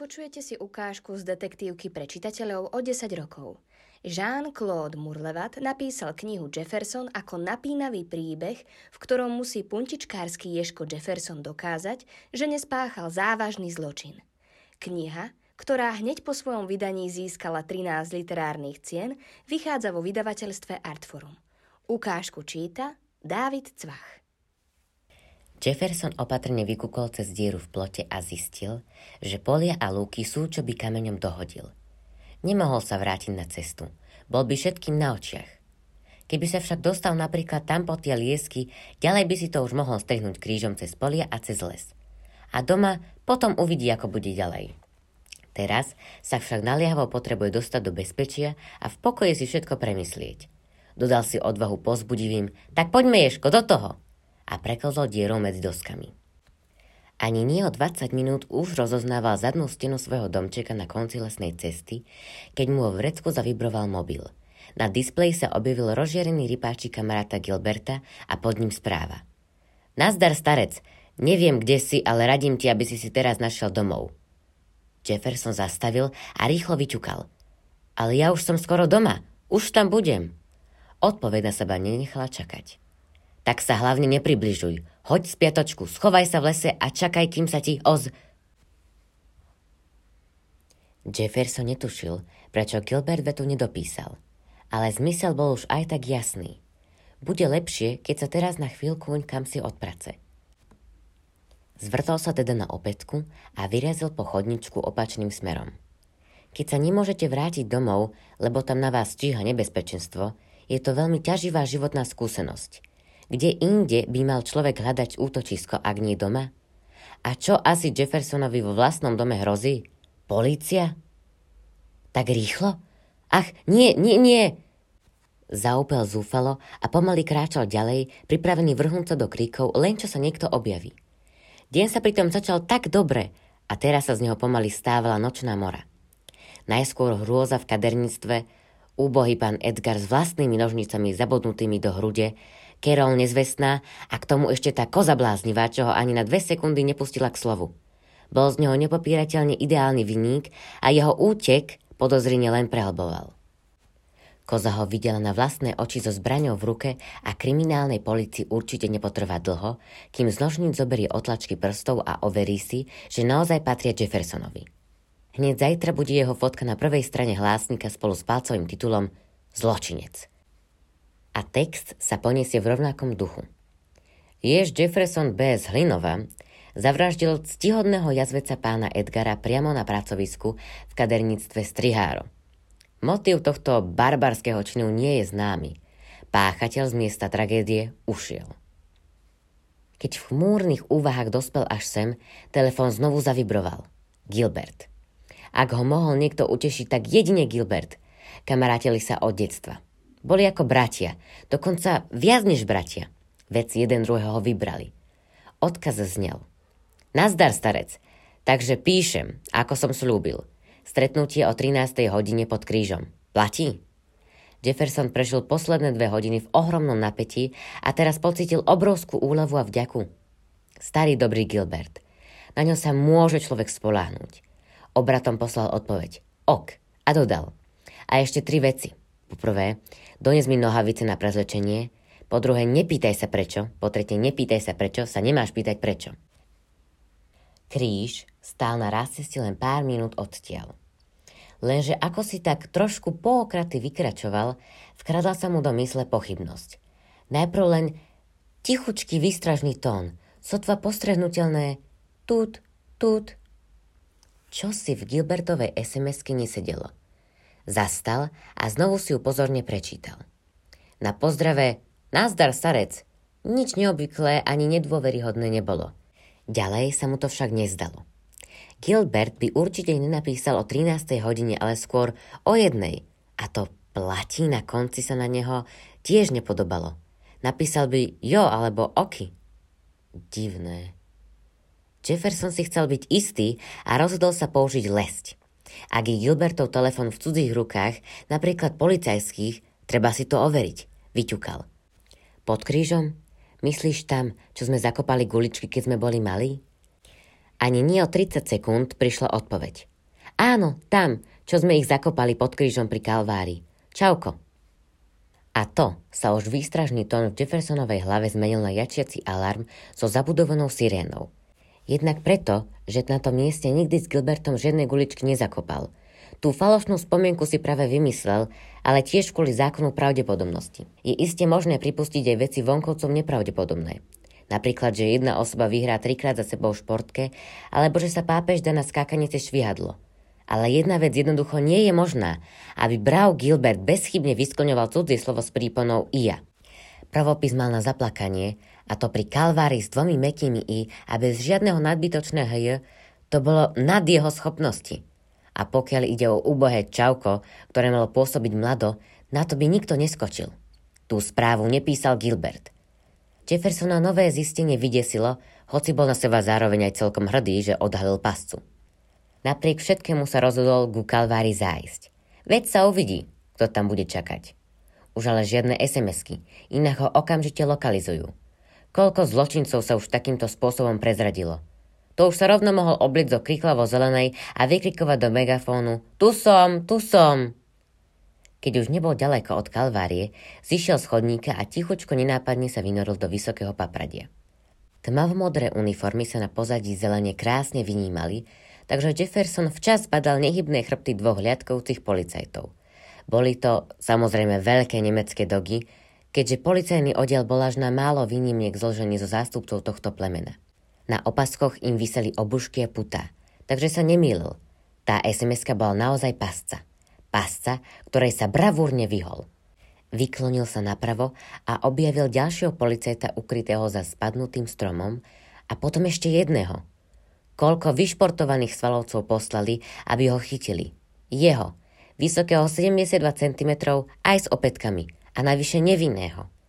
Vypočujete si ukážku z detektívky pre čitateľov o 10 rokov. Jean-Claude Murlevat napísal knihu Jefferson ako napínavý príbeh, v ktorom musí puntičkársky Ježko Jefferson dokázať, že nespáchal závažný zločin. Kniha, ktorá hneď po svojom vydaní získala 13 literárnych cien, vychádza vo vydavateľstve Artforum. Ukážku číta Dávid Cvach. Jefferson opatrne vykúkol cez dieru v plote a zistil, že polia a lúky sú, čo by kameňom dohodil. Nemohol sa vrátiť na cestu. Bol by všetkým na očiach. Keby sa však dostal napríklad tam po tie liesky, ďalej by si to už mohol strihnúť krížom cez polia a cez les. A doma potom uvidí, ako bude ďalej. Teraz sa však naliehavo potrebuje dostať do bezpečia a v pokoji si všetko premyslieť. Dodal si odvahu povzbudivým: tak poďme, Ježko, do toho! A preklzol dierou medzi doskami. Ani nie o 20 minút už rozoznával zadnú stenu svojho domčeka na konci lesnej cesty, keď mu vo vrecku zavibroval mobil. Na displeji sa objavil rozžiarený rypáčik kamaráta Gilberta a pod ním správa. Nazdar, starec, neviem, kde si, ale radím ti, aby si teraz našiel domov. Jefferson zastavil a rýchlo vyťukal. Ale ja už som skoro doma, už tam budem. Odpoveď na seba nenechala čakať. Tak sa hlavne nepribližuj. Hoď spiatočku, schovaj sa v lese a čakaj, kým sa ti Jefferson netušil, prečo Gilbert vetu nedopísal. Ale zmysel bol už aj tak jasný. Bude lepšie, keď sa teraz na chvíľku kam si odprace. Zvrtol sa teda na opätku a vyrazil po chodničku opačným smerom. Keď sa nemôžete vrátiť domov, lebo tam na vás číha nebezpečenstvo, je to veľmi ťaživá životná skúsenosť. Kde inde by mal človek hľadať útočisko, ak nie doma? A čo asi Jeffersonovi vo vlastnom dome hrozí? Polícia? Tak rýchlo? Ach, nie! Zaúpel zúfalo a pomaly kráčal ďalej, pripravený vrhnúť sa do kríkov, len čo sa niekto objaví. Deň sa pritom začal tak dobre a teraz sa z neho pomaly stávala nočná mora. Najskôr hrôza v kaderníctve, úbohý pán Edgar s vlastnými nožnicami zabodnutými do hrude, Carol nezvestná a k tomu ešte tá koza bláznivá, čo ho ani na 2 sekundy nepustila k slovu. Bol z neho nepopírateľne ideálny vinník a jeho útek podozrine len prehlboval. Koza ho videla na vlastné oči so zbraňou v ruke a kriminálnej polícii určite nepotrvá dlho, kým z nožníc zoberie otlačky prstov a overí si, že naozaj patria Jeffersonovi. Hneď zajtra bude jeho fotka na prvej strane hlásnika spolu s palcovým titulom Zločinec. A text sa poniesie v rovnakom duchu. Jež Jefferson B. z Hlinova zavraždil ctihodného jazveca pána Edgara priamo na pracovisku v kaderníctve Striháro. Motív tohto barbarského činu nie je známy. Páchateľ z miesta tragédie ušiel. Keď v chmúrnych úvahách dospel až sem, telefón znovu zavibroval. Gilbert. Ak ho mohol niekto utešiť, tak jedine Gilbert. Kamarátili sa od detstva. Boli ako bratia, dokonca viac než bratia. Veď jeden druhého vybrali. Odkaz znel. Nazdar, starec. Takže píšem, ako som slúbil. Stretnutie o 13. hodine pod krížom. Platí? Jefferson prežil posledné 2 hodiny v ohromnom napätí a teraz pocítil obrovskú úľavu a vďaku. Starý dobrý Gilbert. Na ňo sa môže človek spoľahnúť. Obratom poslal odpoveď. Ok. A dodal. A ešte 3 veci. Po prvé, dones mi nohavice na prezlečenie. Po druhé, nepýtaj sa prečo. Po tretie, nepýtaj sa prečo, sa nemáš pýtať prečo. Kríž stál na rázceste len pár minút odtiaľ. Lenže ako si tak trošku pookraty vykračoval, vkradla sa mu do mysle pochybnosť. Najprv len tichučký výstražný tón, sotva postrehnutelné tut. Čo si v Gilbertovej SMS-ky nesedelo? Zastal a znovu si ju pozorne prečítal. Na pozdrave nazdar, starec, nič neobvyklé ani nedôveryhodné nebolo. Ďalej sa mu to však nezdalo. Gilbert by určite nenapísal o 13. hodine, ale skôr o 1. A to platí na konci sa na neho tiež nepodobalo. Napísal by jo alebo oky. Divné. Jefferson si chcel byť istý a rozhodol sa použiť lesť. Ak je Gilbertov telefon v cudzích rukách, napríklad policajských, treba si to overiť. Vyťukal. Pod krížom? Myslíš tam, čo sme zakopali guličky, keď sme boli malí? Ani nie o 30 sekúnd prišla odpoveď. Áno, tam, čo sme ich zakopali pod krížom pri Kalvárii. Čauko. A to sa už výstražný tón v Jeffersonovej hlave zmenil na jačiaci alarm so zabudovanou sirénou. Jednak preto, že na tom mieste nikdy s Gilbertom žiadnej guličky nezakopal. Tú falošnú spomienku si práve vymyslel, ale tiež kvôli zákonu pravdepodobnosti. Je iste možné pripustiť aj veci vonkovcom nepravdepodobné. Napríklad, že jedna osoba vyhrá 3-krát za sebou v športke, alebo že sa pápež dá na skákanie cez švihadlo. Ale jedna vec jednoducho nie je možná, aby Brav Gilbert bezchybne vyskloňoval cudzie slovo s príponou IA. Pravopis mal na zaplakanie, a to pri Kalvárii s 2 mäkkými I a bez žiadneho nadbytočného J, to bolo nad jeho schopnosti. A pokiaľ ide o úbohé čauko, ktoré malo pôsobiť mlado, na to by nikto neskočil. Tú správu nepísal Gilbert. Jeffersona nové zistenie vydesilo, hoci bol na seba zároveň aj celkom hrdý, že odhalil pascu. Napriek všetkému sa rozhodol ku Kalvárii zájsť. Veď sa uvidí, kto tam bude čakať. Už ale žiadne SMS-ky, inak ho okamžite lokalizujú. Koľko zločincov sa už takýmto spôsobom prezradilo. To už sa rovno mohol obliecť do kriklavo-zelenej a vykrikovať do megafónu Tu som, tu som! Keď už nebol ďaleko od Kalvárie, zišiel z chodníka a tichučko nenápadne sa vynoril do vysokého papradia. Tmavomodré uniformy sa na pozadí zelene krásne vynímali, takže Jefferson včas badal nehybné chrbty 2 hliadkovcích policajtov. Boli to samozrejme veľké nemecké dogy, keďže policajný oddiel bol až na málo výnimiek zložený zo zástupcov tohto plemena. Na opaskoch im viseli obušky a putá, takže sa nemýlil. Tá SMS-ka bola naozaj pasca. Pasca, ktorej sa bravúrne vyhol. Vyklonil sa napravo a objavil ďalšieho policajta ukrytého za spadnutým stromom a potom ešte jedného. Koľko vyšportovaných svalovcov poslali, aby ho chytili. Jeho, vysokého 72 cm aj s opätkami a navyše nevinného.